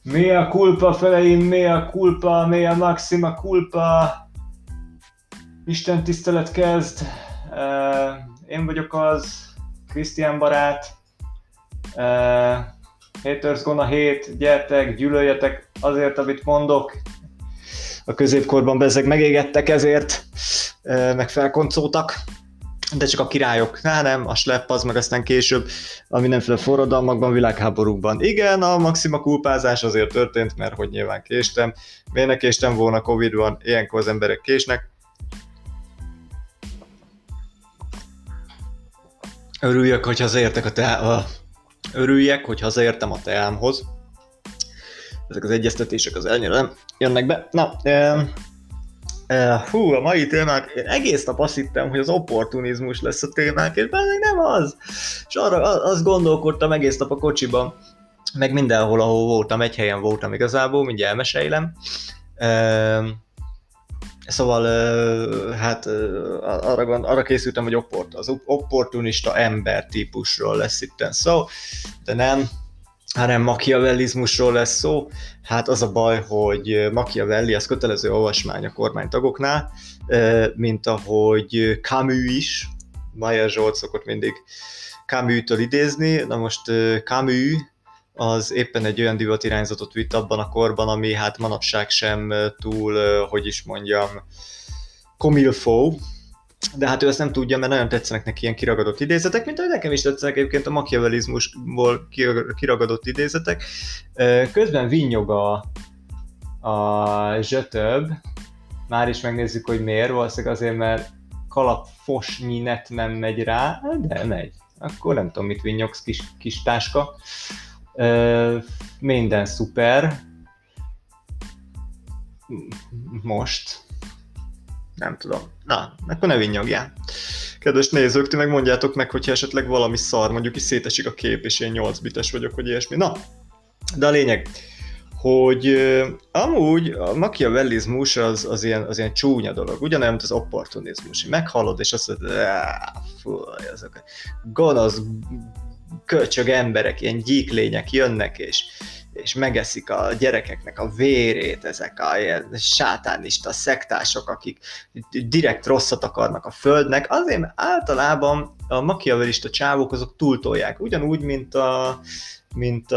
Mea culpa, feleim, mea culpa, mea maxima culpa. Isten tisztelet kezd. Én vagyok az, Krisztián barát. Haters gonna hate, gyertek, gyűlöljetek azért, amit mondok. A középkorban bezzeg megégettek ezért, meg felkoncoltak. De csak a királyok, nem, a slepp az meg aztán később a mindenféle forradalmakban, világháborúkban. Igen, a maxima kulpázás azért történt, mert hogy nyilván késtem. Miért ne késtem volna Covid-ban, ilyenkor az emberek késnek. Örüljek, hogy hazaértem a teámhoz. Ezek az egyeztetések az elnyire nem jönnek be. Na, a mai témák, én egész nap azt hittem, hogy az opportunizmus lesz a témák, és nem az. És arra azt gondolkodtam egész nap a kocsiban, meg mindenhol, ahol voltam, egy helyen voltam igazából, mindjárt elmesélem. Szóval, arra készültem, hogy az opportunista ember típusról lesz itten szó, de nem, hanem machiavellizmusról lesz szó. Hát az a baj, hogy Machiavelli az kötelező olvasmány a kormánytagoknál, mint ahogy Camus is. Mayer Zsolt szokott mindig Camus-től idézni. Na most Camus az éppen egy olyan divatirányzatot vitt abban a korban, ami hát manapság sem túl, comme il faut. De hát ő ezt nem tudja, mert nagyon tetszenek neki ilyen kiragadott idézetek, mint ahogy nekem is tetszenek egyébként a machiavellizmusból kiragadott idézetek. Közben vinnyog a zsötöb, már is megnézzük, hogy miért, valószínűleg azért, mert kalapfosnyi net nem megy rá, de megy. Akkor nem tudom, mit vinnyogsz, kis táska. Minden szuper. Most. Nem tudom. Na, akkor ne vinnyogjál. Kedves nézők, ti meg mondjátok meg, hogyha esetleg valami szar, mondjuk is szétesik a kép, és én 8 bites vagyok, vagy ilyesmi. Na, de a lényeg, hogy amúgy a machiavellizmus az ilyen csúnya dolog, ugyanolyan, mint az opportunizmus. Meghallod, és azt mondod, azok a gonosz köcsög emberek, ilyen gyíklények jönnek, és megeszik a gyerekeknek a vérét, ezek a ilyen sátánista szektások, akik direkt rosszat akarnak a földnek, azért mert általában a machiavellista csávok azok túltolják, ugyanúgy, mint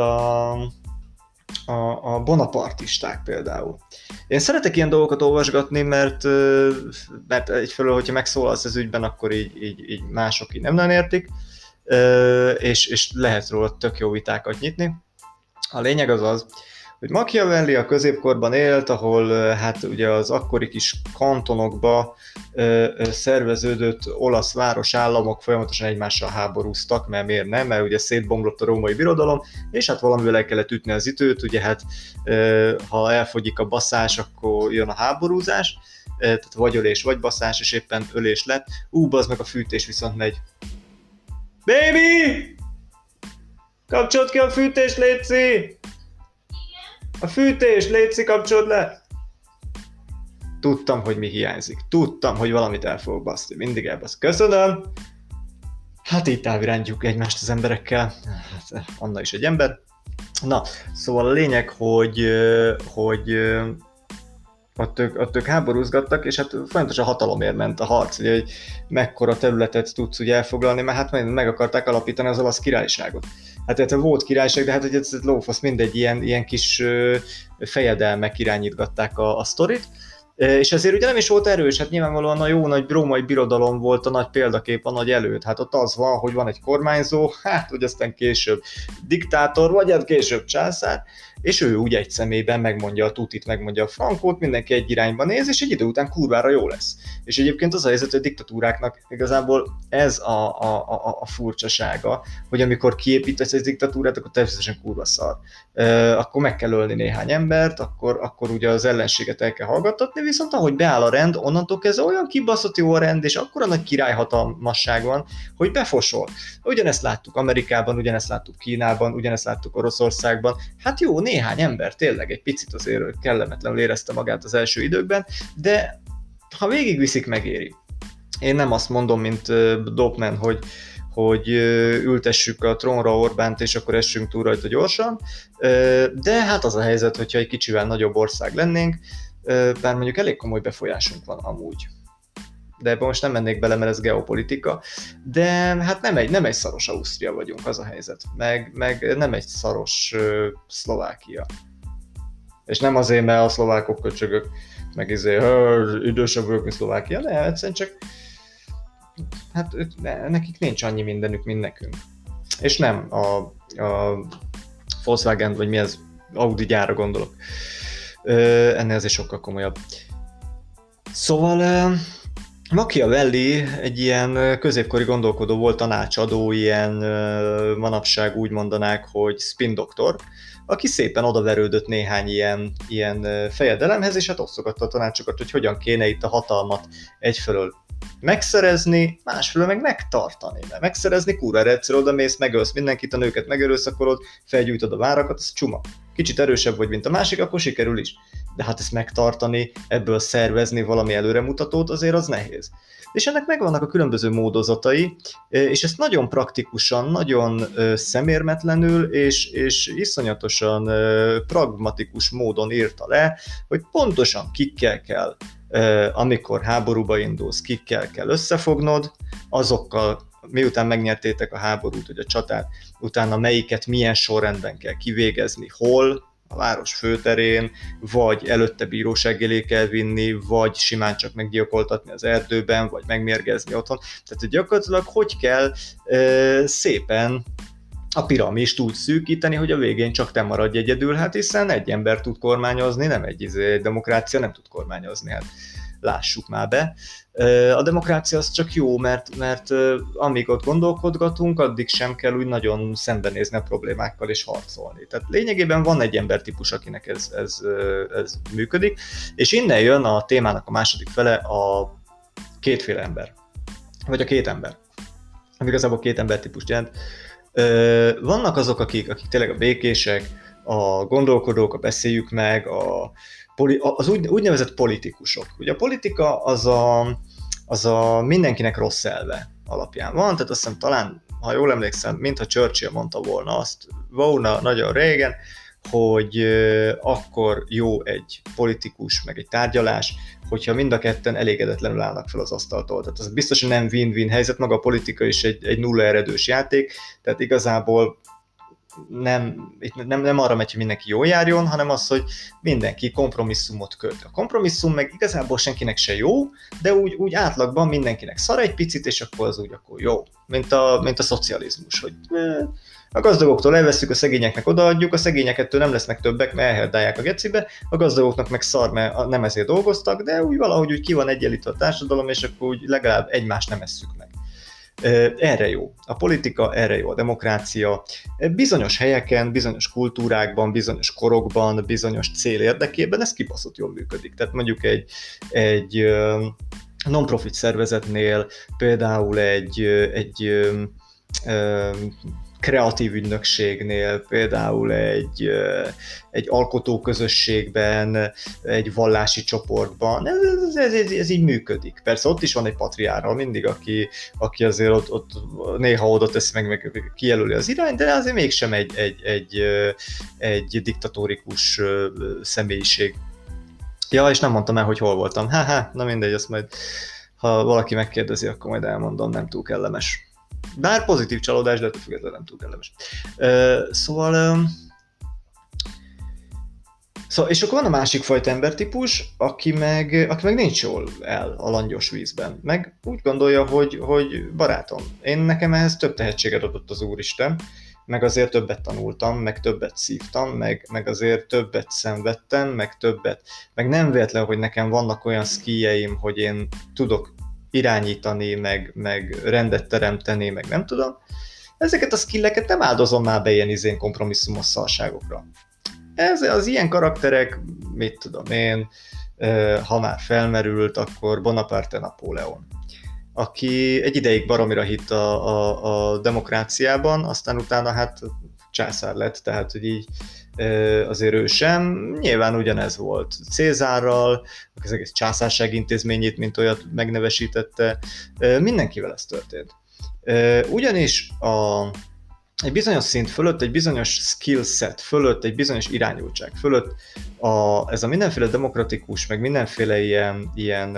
a bonapartisták például. Én szeretek ilyen dolgokat olvasgatni, mert egyfelől, hogyha megszólalsz az ügyben, akkor így mások így nem nagyon értik, és lehet róla tök jó vitákat nyitni. A lényeg az, hogy Machiavelli a középkorban élt, ahol hát ugye az akkori kis kantonokba szerveződött olasz városállamok folyamatosan egymással háborúztak, mert miért nem, mert ugye szétbomlott a római birodalom, és hát valamivel el kellett ütni az időt, ugye hát ha elfogyik a baszás, akkor jön a háborúzás, tehát vagy ölés, vagy baszás, és éppen ölés lett. Bazd meg, a fűtés viszont megy. Baby! Kapcsold ki a fűtést, létszi! A fűtés, létszi, kapcsold le! Tudtam, hogy mi hiányzik. Tudtam, hogy valamit el fogok baszni. Mindig elbasz. Köszönöm! Hát így távirányítjuk egymást az emberekkel. Hát, Anna is egy ember. Na, szóval a lényeg, hogy ott ők háborúzgattak, és hát folyamatosan hatalomért ment a harc, ugye, hogy mekkora területet tudsz ugye elfoglalni, mert hát meg akarták alapítani az olasz királyságot. Hát volt királyság, de hát hogy ez lófasz, mindegy, ilyen kis fejedelmek irányítgatták a sztorit, és ezért ugye nem is volt erős, hát nyilvánvalóan a jó nagy római birodalom volt a nagy példakép, a nagy előtt. Hát ott az van, hogy van egy kormányzó, hát hogy aztán később diktátor, vagy hát később császár, és ő úgy egy személyben megmondja a tutit, megmondja a frankót, mindenki egy irányba néz, és egy idő után kurvára jó lesz. És egyébként az a helyzet, hogy a diktatúráknak igazából ez a furcsasága, hogy amikor kiépítesz egy diktatúrát, akkor természetesen kurva szar. Akkor meg kell ölni néhány embert, akkor ugye az ellenséget el kell hallgattatni, viszont ahogy beáll a rend, onnantól kezdve olyan kibaszott jó a rend, és akkora nagy királyhatalmasság van, hogy befosol. Ugyanezt láttuk Amerikában, ugyanezt láttuk Kínában, ugyanezt láttuk Oroszországban. Hát jó, néhány ember tényleg egy picit azért kellemetlenül érezte magát az első időkben, de ha végigviszik, megéri. Én nem azt mondom, mint Dopman, hogy ültessük a trónra Orbánt, és akkor essünk túl rajta gyorsan, de hát az a helyzet, hogyha egy kicsivel nagyobb ország lennénk, bár mondjuk elég komoly befolyásunk van amúgy. De ebben most nem mennék bele, mert ez geopolitika, de hát nem egy szaros Ausztria vagyunk, az a helyzet, meg nem egy szaros Szlovákia. És nem azért, mert a szlovákok köcsögök, meg idősebb vagyok, mint Szlovákia, ne, egyszerűen csak hát nekik nincs annyi mindenük, mint nekünk. És nem a Volkswagen, vagy mi ez, Audi gyára gondolok. Ennél azért sokkal komolyabb. Szóval Machiavelli egy ilyen középkori gondolkodó volt, tanácsadó, ilyen manapság úgy mondanák, hogy spin doktor, aki szépen odaverődött néhány ilyen fejedelemhez, és hát osztogatta a tanácsokat, hogy hogyan kéne itt a hatalmat egyfelől megszerezni, másfelől meg megtartani. Mert megszerezni kurvára egyszer odamész, megölsz mindenkit, a nőket megerőszakolod, felgyújtod a várakat, az csuma. Kicsit erősebb vagy, mint a másik, akkor sikerül is. De hát ezt megtartani, ebből szervezni valami előremutatót, azért az nehéz. És ennek megvannak a különböző módozatai, és ezt nagyon praktikusan, nagyon szemérmetlenül és iszonyatosan pragmatikus módon írta le, hogy pontosan kikkel kell, amikor háborúba indulsz, kikkel kell összefognod, azokkal, miután megnyertétek a háborút, vagy a csatát, utána melyiket milyen sorrendben kell kivégezni, hol, a város főterén, vagy előtte bíróság elé kell vinni, vagy simán csak meggyilkoltatni az erdőben, vagy megmérgezni otthon. Tehát hogy gyakorlatilag hogy kell szépen a piramist úgy szűkíteni, hogy a végén csak te maradj egyedül, hát hiszen egy ember tud kormányozni, nem egy demokrácia nem tud kormányozni, hát lássuk már be. A demokrácia az csak jó, mert amíg ott gondolkodgatunk, addig sem kell úgy nagyon szembenézni a problémákkal és harcolni. Tehát lényegében van egy embertípus, akinek ez működik, és innen jön a témának a második fele, a kétféle ember. Vagy a két ember. Ami igazából két embertípust jelent. Vannak azok, akik tényleg a békések, a gondolkodók, a beszéljük meg, az úgynevezett politikusok. Ugye a politika az a mindenkinek rossz elve alapján van, tehát azt hiszem talán, ha jól emlékszem, mintha Churchill mondta volna azt, volna nagyon régen, hogy akkor jó egy politikus, meg egy tárgyalás, hogyha mind a ketten elégedetlenül állnak fel az asztaltól. Tehát az biztosan nem win-win helyzet, maga a politika is egy nulla eredős játék, tehát igazából nem arra megy, hogy mindenki jól járjon, hanem az, hogy mindenki kompromisszumot köt. A kompromisszum meg igazából senkinek se jó, de úgy átlagban mindenkinek szar egy picit, és akkor az úgy akkor jó. Mint a szocializmus, hogy a gazdagoktól elveszünk, a szegényeknek odaadjuk, a szegények ettől nem lesznek többek, mert elherdálják a gecibe, a gazdagoknak meg szar, mert nem ezért dolgoztak, de úgy valahogy úgy ki van egyenlítve a társadalom, és akkor úgy legalább egymást nem esszük meg. Erre jó. A politika, erre jó a demokrácia. Bizonyos helyeken, bizonyos kultúrákban, bizonyos korokban, bizonyos cél érdekében ez kibaszott jól működik. Tehát mondjuk egy non-profit szervezetnél, például egy kreatív ügynökségnél, például egy alkotóközösségben, egy vallási csoportban, ez így működik. Persze ott is van egy patriárka mindig, aki azért ott néha oda teszi meg kijelöli az irányt, de azért mégsem egy diktatórikus személyiség. Ja, és nem mondtam el, hogy hol voltam. Na mindegy, azt majd, ha valaki megkérdezi, akkor majd elmondom, nem túl kellemes. Bár pozitív csalódás, de függetlenül nem túl kellemes. Szóval, és akkor van a másik fajta embertípus, aki meg nincs jól el a langyos vízben. Meg úgy gondolja, hogy barátom, nekem ehhez több tehetséget adott az Úristen, meg azért többet tanultam, meg többet szívtam, meg azért többet szenvedtem, meg nem véletlen, hogy nekem vannak olyan skilljeim, hogy én tudok irányítani, meg rendet teremteni, meg nem tudom. Ezeket a skilleket nem áldozom már be ilyen kompromisszumos szarságokra. Az ilyen karakterek, mit tudom én, ha már felmerült, akkor Bonaparte Napóleon, aki egy ideig baromira hitt a demokráciában, aztán utána hát császár lett, tehát hogy így azért ő sem. Nyilván ugyanez volt Cézárral, az egész császárság intézményét, mint olyat megnevesítette. Mindenkivel ez történt. Ugyanis egy bizonyos szint fölött, egy bizonyos skill set fölött, egy bizonyos irányultság fölött ez a mindenféle demokratikus, meg mindenféle ilyen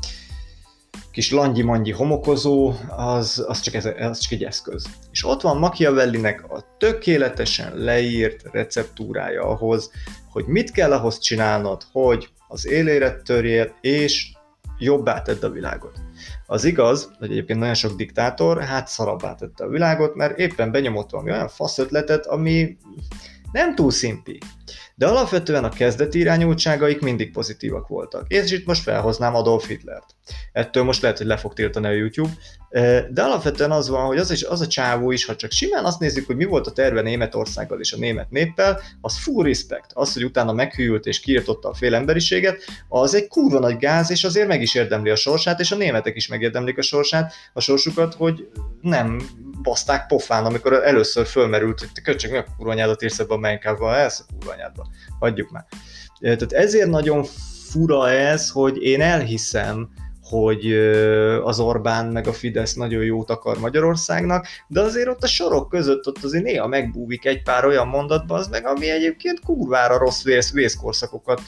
kis langyi-mangyi homokozó, az csak egy eszköz. És ott van Machiavellinek a tökéletesen leírt receptúrája ahhoz, hogy mit kell ahhoz csinálnod, hogy az élére törjél, és jobbá tedd a világot. Az igaz, hogy egyébként nagyon sok diktátor szarabbá tette a világot, mert éppen benyomott valami olyan fasz ötletet, ami nem túl szimpi. De alapvetően a kezdeti irányultságaik mindig pozitívak voltak. És itt most felhoznám Adolf Hitlert. Ettől most lehet, hogy le fog tiltani a YouTube. De alapvetően az van, hogy az a csávó is, ha csak simán azt nézzük, hogy mi volt a terve Németországgal és a német néppel, az full respect. Az, hogy utána meghűlt és kiirtotta a fél emberiséget, az egy kurva nagy gáz, és azért meg is érdemli a sorsát, és a németek is megérdemlik a sorsukat, hogy nem baszták pofán, amikor először fölmerült, hogy te köcsög, mi a kurva anyádat írsz ebbe a Minecraftba, elsz a kurva anyádba, hagyjuk már. Tehát ezért nagyon fura ez, hogy én elhiszem, hogy az Orbán meg a Fidesz nagyon jót akar Magyarországnak, de azért ott a sorok között ott azért néha megbúvik egy pár olyan mondatba, az meg, ami egyébként kurvára rossz vészkorszakokat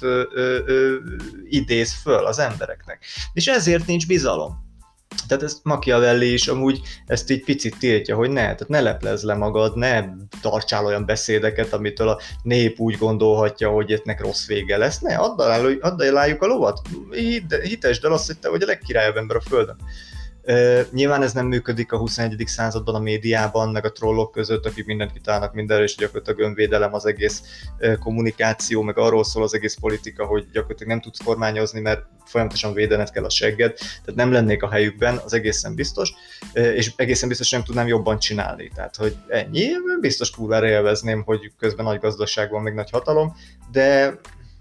idéz föl az embereknek. És ezért nincs bizalom. Tehát ezt Machiavelli is amúgy ezt így picit tiltja, hogy tehát ne leplezd le magad, ne tartsál olyan beszédeket, amitől a nép úgy gondolhatja, hogy ennek rossz vége lesz. Ne, add elálljuk a lovat, hitesd el azt, hogy te vagy a legkirályabb ember a földön. Nyilván ez nem működik a 21. században a médiában, meg a trollok között, akik mindent kitálnak mindenről, és gyakorlatilag önvédelem az egész kommunikáció, meg arról szól az egész politika, hogy gyakorlatilag nem tudsz kormányozni, mert folyamatosan védened kell a segged, tehát nem lennék a helyükben, az egészen biztos, és egészen biztos nem tudnám jobban csinálni. Tehát, hogy ennyi, biztos kurvára élvezném, hogy közben nagy gazdaság van, meg nagy hatalom, de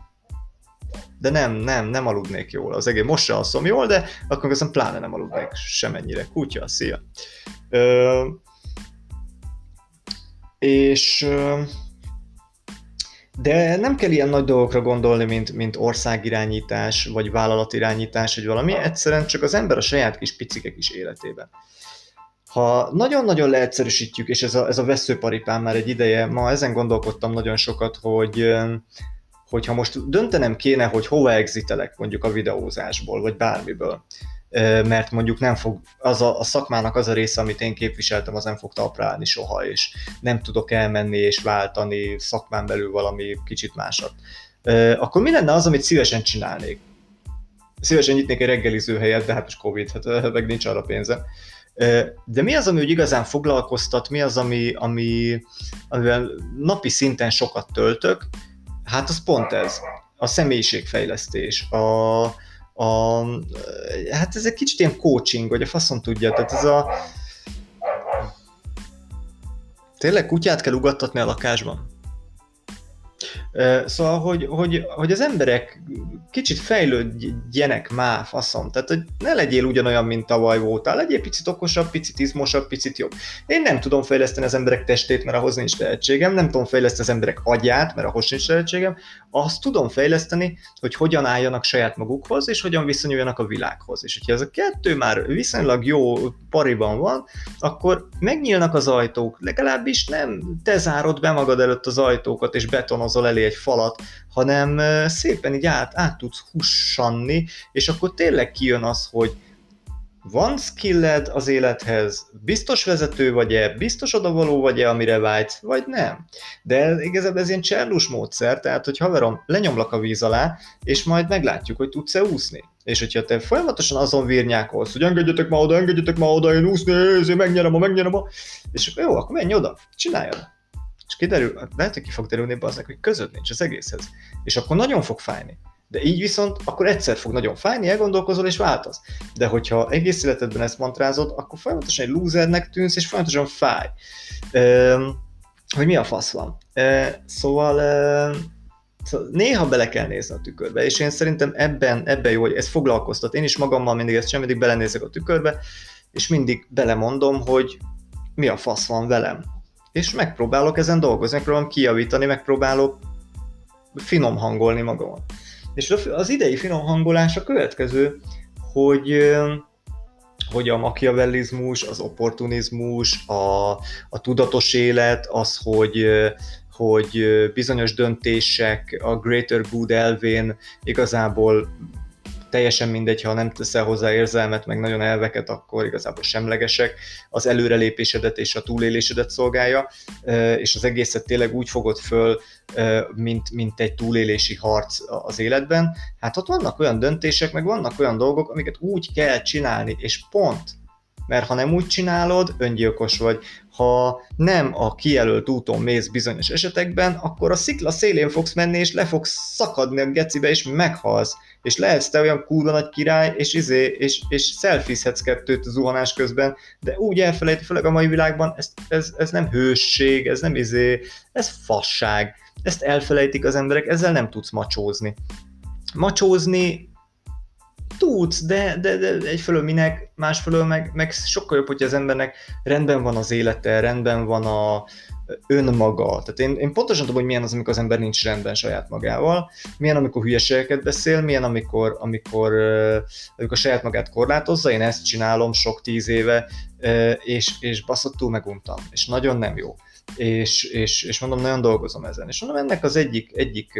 nem aludnék jól. Az egész most se alszom jól, de akkor aztán pláne nem aludnék semennyire. Kutya, szia! De nem kell ilyen nagy dolgokra gondolni, mint országirányítás, vagy vállalatirányítás, vagy valami, egyszerűen csak az ember a saját kis picike kis életében. Ha nagyon-nagyon leegyszerűsítjük, és ez a veszőparipám már egy ideje, ma ezen gondolkodtam nagyon sokat, hogy ha most döntenem kéne, hogy hova exitelek mondjuk a videózásból, vagy bármiből, mert mondjuk nem fog, a szakmának az a része, amit én képviseltem, az nem fog talpra állni soha, és nem tudok elmenni és váltani szakmán belül valami kicsit másat. Akkor mi lenne az, amit szívesen csinálnék? Szívesen nyitnék egy reggeliző helyet, de hát most Covid, meg nincs arra pénzem. De mi az, ami úgy igazán foglalkoztat, mi az, amivel napi szinten sokat töltök? Hát az pont ez, a személyiségfejlesztés, hát ez egy kicsit ilyen coaching, vagy a faszon tudja, tehát ez tényleg kutyát kell ugattatni a lakásban? Szóval, hogy az emberek kicsit fejlődjenek már, faszom. Tehát, hogy ne legyél ugyanolyan, mint tavaly voltál. Legyél picit okosabb, picit izmosabb, picit jobb. Én nem tudom fejleszteni az emberek testét, mert ahhoz nincs tehetségem. Nem tudom fejleszteni az emberek agyát, mert ahhoz nincs tehetségem. Azt tudom fejleszteni, hogy hogyan álljanak saját magukhoz, és hogyan viszonyuljanak a világhoz. És hogyha ez a kettő már viszonylag jó pariban van, akkor megnyílnak az ajtók. Legalábbis nem te zárod be magad előtt az ajtókat, és betonozol elé egy falat, hanem szépen így át tudsz hussanni, és akkor tényleg kijön az, hogy van skilled az élethez, biztos vezető vagy-e, biztos odavaló vagy-e, amire vágysz, vagy nem. De igazából ez ilyen csernus módszer, tehát hogy haverom, lenyomlak a víz alá, és majd meglátjuk, hogy tudsz-e úszni. És hogyha te folyamatosan azon virnyákolsz, hogy engedjetek már oda, én úszni, ezért megnyerem, és akkor jó, akkor menj oda, csináljad. És kiderül, lehet, hogy ki fog derülni aznak, hogy között nincs az egészhez. És akkor nagyon fog fájni. De így viszont akkor egyszer fog nagyon fájni, elgondolkozol és változ. De hogyha egész életedben ezt mantrázod, akkor folyamatosan egy losernek tűnsz, és folyamatosan fáj. Hogy mi a fasz van. Szóval néha bele kell nézni a tükörbe, és én szerintem ebben jó, hogy ez foglalkoztat. Én is magammal mindig belenézek a tükörbe, és mindig belemondom, hogy mi a fasz van velem. És megpróbálok ezen dolgozni, megpróbálom kijavítani, megpróbálok finom hangolni magamat. És az idei finom hangolás a következő, hogy hogy a machiavellizmus, az opportunizmus, a tudatos élet, az, hogy bizonyos döntések a greater good elvén igazából teljesen mindegy, ha nem teszel hozzá érzelmet, meg nagyon elveket, akkor igazából semlegesek, az előrelépésedet és a túlélésedet szolgálja, és az egészet tényleg úgy fogod föl, mint egy túlélési harc az életben. Hát ott vannak olyan döntések, meg vannak olyan dolgok, amiket úgy kell csinálni, és pont. Mert ha nem úgy csinálod, öngyilkos vagy. Ha nem a kijelölt úton mész bizonyos esetekben, akkor a szikla szélén fogsz menni, és le fogsz szakadni a gecibe, és meghalsz. És lehetsz te olyan kurva nagy király, és szelfizhetsz kettőt zuhanás közben, de úgy elfelejti, főleg a mai világban, ez nem hősség, ez nem ez fasság. Ezt elfelejtik az emberek, ezzel nem tudsz macsózni. Macsózni tudsz, de egyfelől minek, másfelől meg sokkal jobb, hogy az embernek rendben van az élete, rendben van a önmaga. Tehát én pontosan tudom, hogy milyen az, amikor az ember nincs rendben saját magával, milyen, amikor hülyeségeket beszél, milyen, amikor saját magát korlátozza, én ezt csinálom sok 10 éve, és baszottul meguntam, és nagyon nem jó. És mondom, nagyon dolgozom ezen. És mondom, ennek az egyik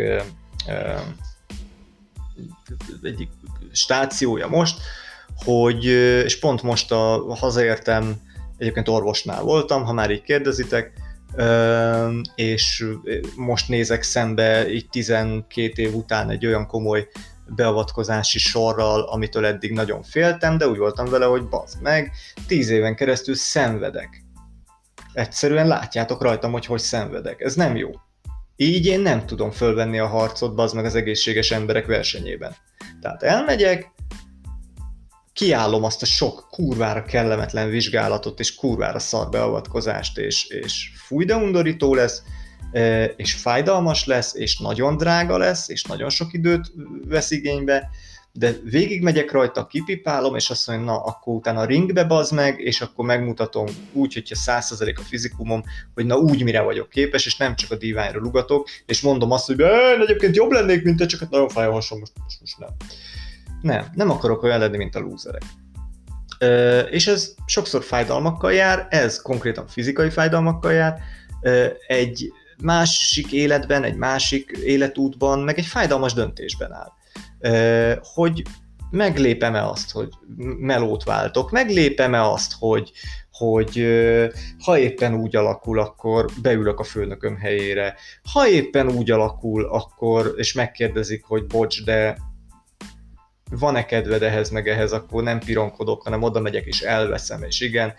stációja most, hogy, és pont most hazaértem, egyébként orvosnál voltam, ha már így kérdezitek, és most nézek szembe így 12 év után egy olyan komoly beavatkozási sorral, amitől eddig nagyon féltem, de úgy voltam vele, hogy bazd meg, 10 éven keresztül szenvedek. Egyszerűen látjátok rajtam, hogy szenvedek. Ez nem jó. Így én nem tudom fölvenni a harcot, bazd meg, az egészséges emberek versenyében. Tehát elmegyek, kiállom azt a sok kurvára kellemetlen vizsgálatot, és kurvára szar beavatkozást, és fúj de undorító lesz, és fájdalmas lesz, és nagyon drága lesz, és nagyon sok időt vesz igénybe, de végigmegyek rajta, kipipálom, és azt mondom, na, akkor utána ringbe bazd meg, és akkor megmutatom úgy, hogyha 100% a fizikumom, hogy na úgy mire vagyok képes, és nem csak a díványra lugatok, és mondom azt, hogy egyébként jobb lennék, mint te, csak nagyon fáj a hasam, most nem. Nem akarok olyan lenni, mint a lúzerek. És ez sokszor fájdalmakkal jár, ez konkrétan fizikai fájdalmakkal jár, egy másik életben, egy másik életútban, meg egy fájdalmas döntésben áll. Hogy meglépem-e azt, hogy melót váltok, meglépem-e azt, hogy ha éppen úgy alakul, akkor beülök a főnököm helyére, ha éppen úgy alakul, akkor, és megkérdezik, hogy bocs, de van-e kedved ehhez meg ehhez, akkor nem pironkodok, hanem oda megyek és elveszem, és igen,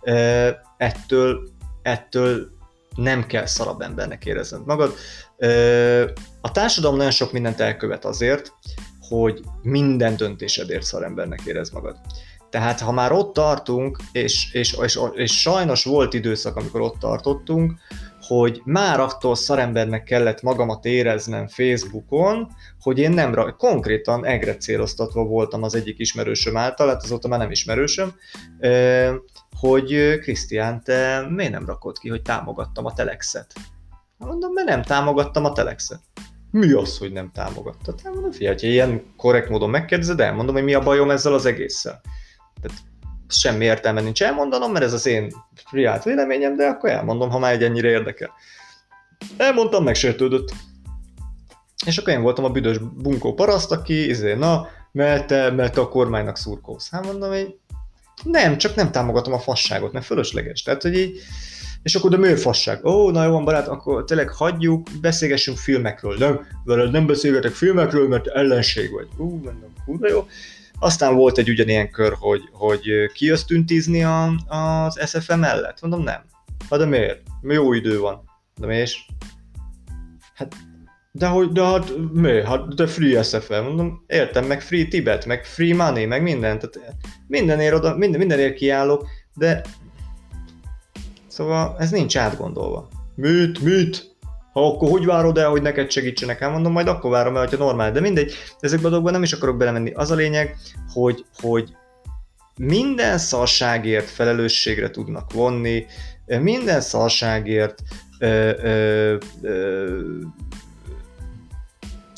ettől nem kell szarabb embernek érezned magad. A társadalom nagyon sok mindent elkövet azért, hogy minden döntésedért szarembernek érezd magad. Tehát ha már ott tartunk, és sajnos volt időszak, amikor ott tartottunk, hogy már attól szarembernek kellett magamat éreznem Facebookon, hogy én nem konkrétan egre céloztatva voltam az egyik ismerősöm által, hát azóta már nem ismerősöm, hogy Krisztián, te miért nem rakod ki, hogy támogattam a Telexet? Mondom, mert nem támogattam a Telexet. Mi az, hogy nem támogattad? Hát mondom, figyelj, ha ilyen korrekt módon megkérdezed, elmondom, hogy mi a bajom ezzel az egésszel. Tehát semmi értelme nincs elmondanom, mert ez az én privát véleményem, de akkor elmondom, ha már egy ennyire érdekel. Elmondtam, megsértődött. És akkor én voltam a büdös bunkó paraszt, aki mert te a kormánynak szurkolsz. Hát mondom, hogy nem, csak nem támogatom a fasságot, mert fölösleges. Tehát, hogy így, és akkor de miért fasság? Na jó van barát, akkor tényleg hagyjuk, beszélgessünk filmekről. Nem, veled nem beszélgetek filmekről, mert ellenség vagy. Mondom, kurva jó. Aztán volt egy ugyanilyen kör, hogy ki jössz tüntizni az SFM mellett? Mondom, nem. Hát de miért? Jó idő van. De mi is? Hát, miért? Hát de free SFM. Mondom, értem, meg free Tibet, meg free money, meg minden. Tehát mindenért kiállok, de szóval ez nincs átgondolva. Mit? Ha akkor hogy várod el, hogy neked segítsenek? Hát mondom, majd akkor várom el, hogyha normál. De mindegy, ezekben a dolgokban nem is akarok belemenni. Az a lényeg, hogy minden szarságért felelősségre tudnak vonni, minden szarságért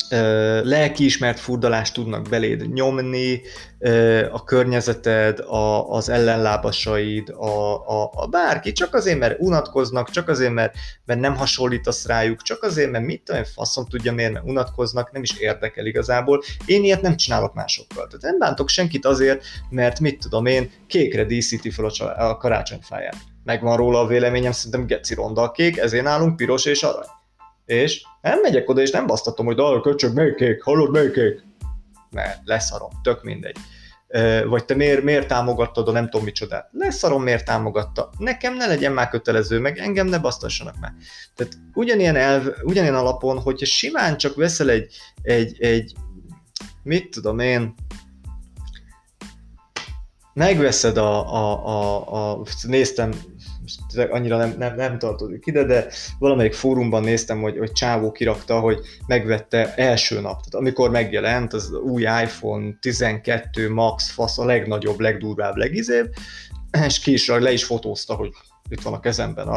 lelkiismert furdalást tudnak beléd nyomni, a környezeted, az ellenlábasaid, a bárki, csak azért, mert unatkoznak, csak azért, mert nem hasonlítasz rájuk, csak azért, mert mit tudom, faszom tudja miért, mert unatkoznak, nem is érdekel igazából. Én ilyet nem csinálok másokkal. Tehát nem bántok senkit azért, mert mit tudom én, kékre díszíti fel a karácsonyfáját. Megvan róla a véleményem, szerintem geci ronda a kék, ezért nálunk piros és arany. És nem megyek oda, és nem basztatom, hogy köcsög, melyik kék, hallod, melyik kék? Mert leszarom, tök mindegy. Vagy te miért támogattad a nem tudom micsodát? Leszarom, miért támogatta. Nekem ne legyen már kötelező, meg engem ne basztassanak már. Tehát ugyanilyen alapon, hogyha simán csak veszel egy mit tudom én, megveszed néztem, annyira nem tartozik ide, de valamelyik fórumban néztem, hogy csávó kirakta, hogy megvette első nap, tehát amikor megjelent az új iPhone 12 Max fasz, a legnagyobb, legdurvább, legizébb, és ki is le is fotózta, hogy itt van a kezemben,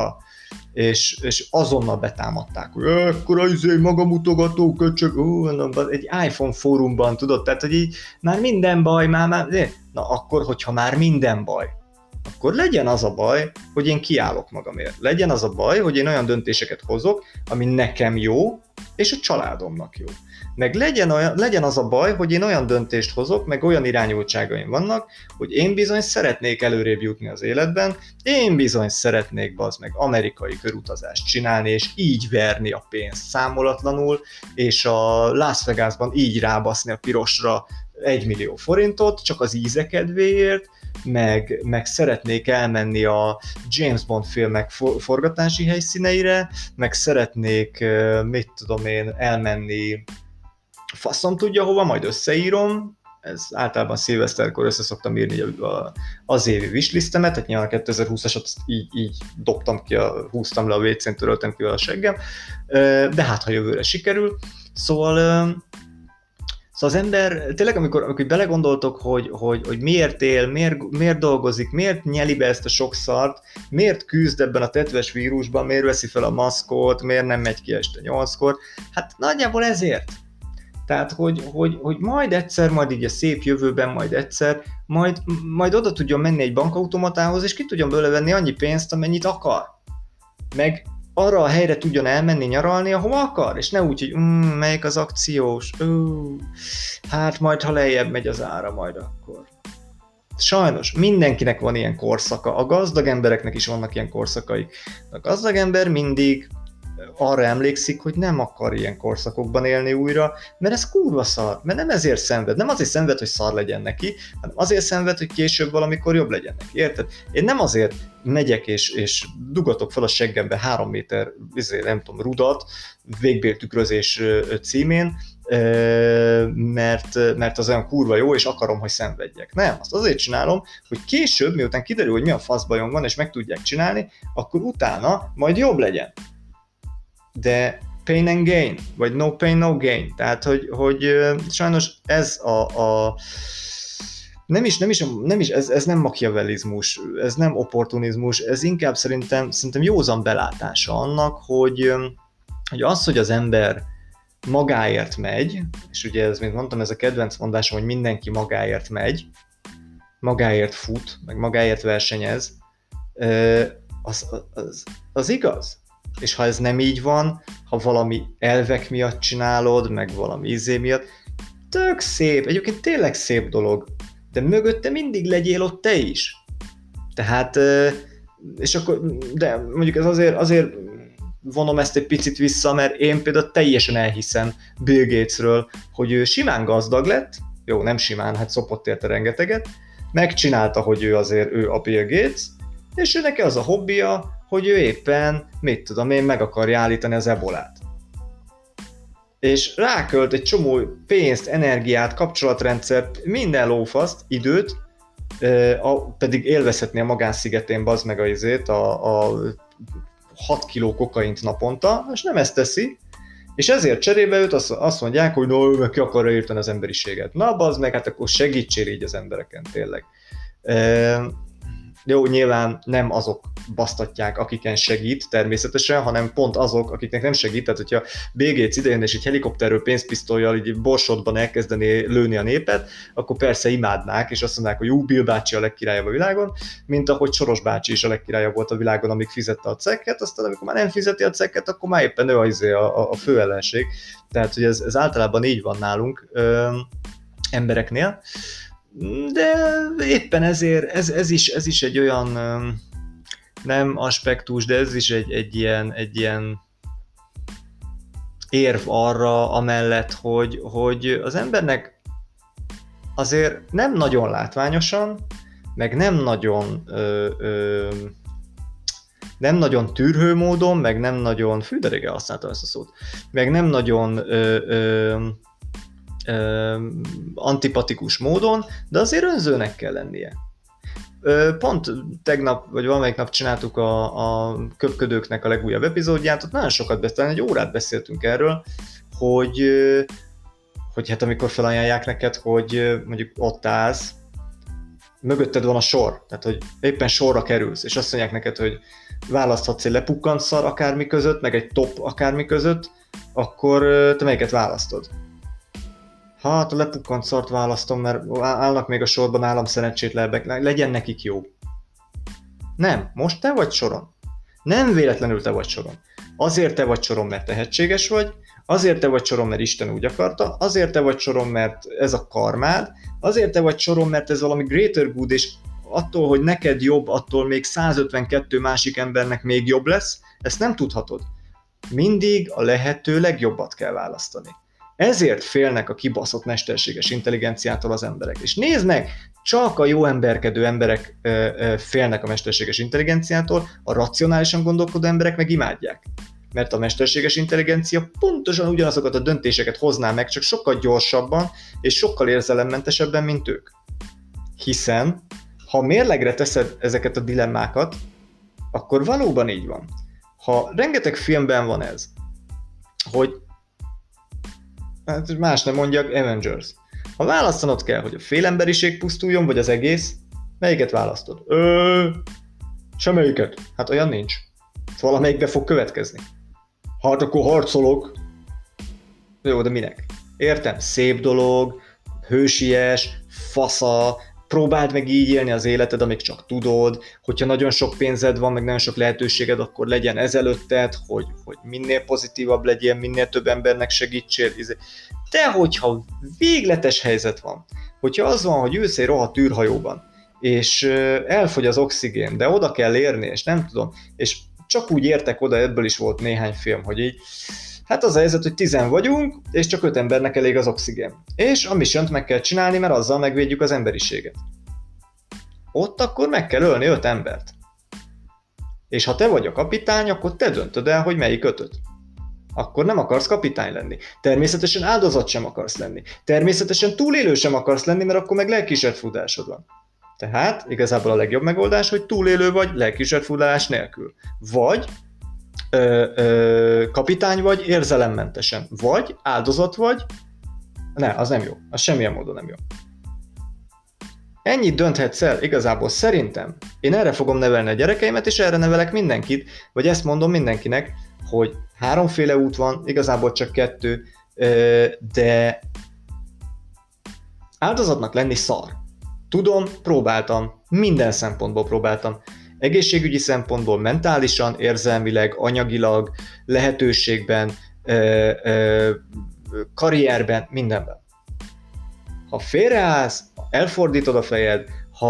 és azonnal betámadták, hogy ekkora magamutogató köcsög, egy iPhone fórumban, tudod, tehát hogy így már minden baj, na akkor, hogyha már minden baj, akkor legyen az a baj, hogy én kiállok magamért. Legyen az a baj, hogy én olyan döntéseket hozok, ami nekem jó, és a családomnak jó. Meg legyen az a baj, hogy én olyan döntést hozok, meg olyan irányultságaim vannak, hogy én bizony szeretnék előrébb jutni az életben, én bizony szeretnék bazd meg amerikai körutazást csinálni, és így verni a pénzt számolatlanul, és a Las Vegasban így rábaszni a pirosra 1 millió forintot, csak az íze kedvéért, meg szeretnék elmenni a James Bond filmek forgatási helyszíneire, meg szeretnék, mit tudom én, elmenni faszom tudja hova, majd összeírom, ez általában szilveszterkor össze szoktam írni az évi wishlistemet, tehát nyilván a 2020-asat így dobtam ki, húztam le a WC-n, töröltem ki a seggem, de hát ha jövőre sikerül, szóval az ember, tényleg amikor belegondoltok, hogy miért él, miért dolgozik, miért nyeli be ezt a sok szart, miért küzd ebben a tetves vírusban, miért veszi fel a maszkot, miért nem megy ki este 8-kor, hát nagyjából ezért. Tehát, hogy majd egyszer, majd így a szép jövőben, majd egyszer, majd oda tudjon menni egy bankautomatához, és ki tudjon belőle venni annyi pénzt, amennyit akar. Meg arra a helyre tudjon elmenni nyaralni, ahova akar, és ne úgy, hogy melyik az akciós, hát majd ha lejjebb megy az ára, majd akkor. Sajnos mindenkinek van ilyen korszaka, a gazdag embereknek is vannak ilyen korszakai. A gazdag ember mindig arra emlékszik, hogy nem akar ilyen korszakokban élni újra, mert ez kurva szar, mert nem ezért szenved, nem azért szenved, hogy szar legyen neki, hanem azért szenved, hogy később valamikor jobb legyen neki, érted? Én nem azért megyek és dugatok fel a seggembe 3 méter, nem tudom, rudat, végbéltükrözés címén, mert az olyan kurva jó, és akarom, hogy szenvedjek. Nem, azt azért csinálom, hogy később, miután kiderül, hogy mi a faszbajom van, és meg tudják csinálni, akkor utána majd jobb legyen. De pain and gain, vagy no pain, no gain. Tehát, hogy sajnos ez nem is ez nem machiavellizmus, ez nem opportunizmus, ez inkább szerintem józan belátása annak, hogy az, hogy az ember magáért megy, és ugye ez, mint mondtam, ez a kedvenc mondásom, hogy mindenki magáért megy, magáért fut, meg magáért versenyez, az igaz. És ha ez nem így van, ha valami elvek miatt csinálod, meg valami miatt, tök szép, egyébként tényleg szép dolog, de mögötte mindig legyél ott te is. Tehát, és akkor, de mondjuk ez azért vonom ezt egy picit vissza, mert én például teljesen elhiszem Bill Gatesről, hogy ő simán gazdag lett, jó, nem simán, hát szopott érte rengeteget, megcsinálta, hogy ő a Bill Gates, és ő neki az a hobbija, hogy ő éppen, mit tudom én, meg akarja állítani az ebolát. És rákölt egy csomó pénzt, energiát, kapcsolatrendszert, minden lófaszt, időt, pedig élvezhetné a magánszigetén bazd meg a 6 kiló kokaint naponta, és nem ezt teszi, és ezért cserébe őt azt mondják, hogy meg ki akarja írtani az emberiséget. Na bazd meg, hát akkor segítsél így az embereken, tényleg. Jó, nyilván nem azok basztatják, akiken segít természetesen, hanem pont azok, akiknek nem segít. Tehát, hogyha Bill Gates idejön és egy helikopterről pénzpisztolyjal így borsodban elkezdené lőni a népet, akkor persze imádnák, és azt mondják, hogy Bill bácsi a legkirályabb a világon, mint ahogy Soros bácsi is a legkirályabb volt a világon, amíg fizette a cekket, aztán amikor már nem fizeti a cekket, akkor már éppen ő a fő ellenség. Tehát, hogy ez általában így van nálunk embereknél. De éppen ezért ez is egy olyan nem aspektus, de ez is egy ilyen érv arra amellett, hogy az embernek azért nem nagyon látványosan, meg nem nagyon tűrhő módon, meg nem nagyon, fű, de régen használtam ezt a szót, meg nem nagyon antipatikus módon, de azért önzőnek kell lennie. Pont tegnap, vagy valamelyik nap csináltuk a köpködőknek a legújabb epizódját, ott nagyon sokat beszéltünk, egy órát beszéltünk erről, hogy hát amikor felajánlják neked, hogy mondjuk ott állsz, mögötted van a sor, tehát hogy éppen sorra kerülsz, és azt mondják neked, hogy választhatsz egy lepukkant szar akármi között, meg egy top akármi között, akkor te melyiket választod? Hát a lepukkant szart választom, mert állnak még a sorban nálam szerencsétlenek, legyen nekik jó. Nem, most te vagy soron. Nem véletlenül te vagy soron. Azért te vagy soron, mert tehetséges vagy, azért te vagy soron, mert Isten úgy akarta, azért te vagy soron, mert ez a karmád, azért te vagy soron, mert ez valami greater good, és attól, hogy neked jobb, attól még 152 másik embernek még jobb lesz, ezt nem tudhatod. Mindig a lehető legjobbat kell választani. Ezért félnek a kibaszott mesterséges intelligenciától az emberek. És nézd meg, csak a jó emberkedő emberek félnek a mesterséges intelligenciától, a racionálisan gondolkodó emberek meg imádják. Mert a mesterséges intelligencia pontosan ugyanazokat a döntéseket hozná meg, csak sokkal gyorsabban és sokkal érzelemmentesebben, mint ők. Hiszen, ha mérlegre teszed ezeket a dilemmákat, akkor valóban így van. Ha rengeteg filmben van ez, hogy hát más nem mondjak, Avengers. Ha választanod kell, hogy a fél emberiség pusztuljon, vagy az egész, melyiket választod? Semmelyiket. Hát olyan nincs. Valamelyikbe fog következni. Hát akkor harcolok. Jó, de minek? Értem, szép dolog, hősies, fasza, próbáld meg így élni az életed, amíg csak tudod, hogyha nagyon sok pénzed van, meg nagyon sok lehetőséged, akkor legyen ezelőtted, hogy minél pozitívabb legyél, minél több embernek segítsél. De hogyha végletes helyzet van, hogyha az van, hogy ülsz egy rohadt űrhajóban, és elfogy az oxigén, de oda kell érni, és nem tudom, és csak úgy értek oda, ebből is volt néhány film, hogy így, hát az a helyzet, hogy 10 vagyunk, és csak 5 embernek elég az oxigén. És a missiont meg kell csinálni, mert azzal megvédjük az emberiséget. Ott akkor meg kell ölni 5 embert. És ha te vagy a kapitány, akkor te döntöd el, hogy melyik 5-öt. Akkor nem akarsz kapitány lenni. Természetesen áldozat sem akarsz lenni. Természetesen túlélő sem akarsz lenni, mert akkor meg lelkiismeretfurdalásod van. Tehát igazából a legjobb megoldás, hogy túlélő vagy lelkiismeretfurdalás nélkül. Vagy kapitány vagy érzelemmentesen. Vagy áldozat vagy. Ne, az nem jó. Az semmilyen módon nem jó. Ennyit dönthetsz el igazából szerintem. Én erre fogom nevelni a gyerekeimet, és erre nevelek mindenkit, vagy ezt mondom mindenkinek, hogy 3 út van, igazából csak 2, de áldozatnak lenni szar. Tudom, próbáltam, minden szempontból próbáltam. Egészségügyi szempontból, mentálisan, érzelmileg, anyagilag, lehetőségben, karrierben, mindenben. Ha félreállsz, elfordítod a fejed,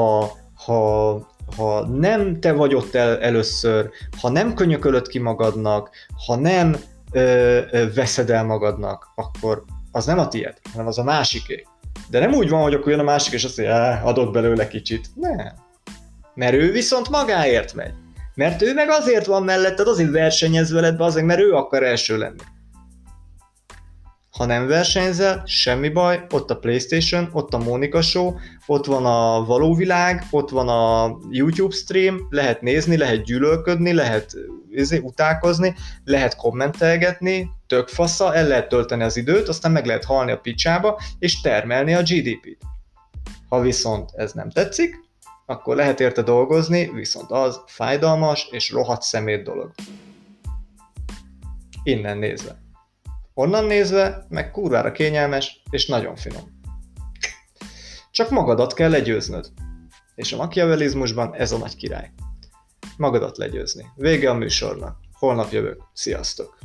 ha nem te vagy ott először, ha nem könyökölöd ki magadnak, ha nem veszed el magadnak, akkor az nem a tiéd, hanem az a másiké. De nem úgy van, hogy akkor jön a másik, és azt mondja, adott belőle kicsit. Nem. Mert ő viszont magáért megy. Mert ő meg azért van melletted, azért versenyez veled, azért, mert ő akar első lenni. Ha nem versenyzel, semmi baj, ott a PlayStation, ott a Mónika Show, ott van a való világ, ott van a YouTube stream, lehet nézni, lehet gyűlölködni, lehet utálkozni, lehet kommentelgetni, tök fasza, el lehet tölteni az időt, aztán meg lehet halni a picsába, és termelni a GDP-t. Ha viszont ez nem tetszik, akkor lehet érte dolgozni, viszont az fájdalmas és rohadt szemét dolog. Innen nézve. Onnan nézve, meg kurvára kényelmes és nagyon finom. Csak magadat kell legyőznöd. És a machiavellizmusban ez a nagy király. Magadat legyőzni. Vége a műsornak. Holnap jövök. Sziasztok!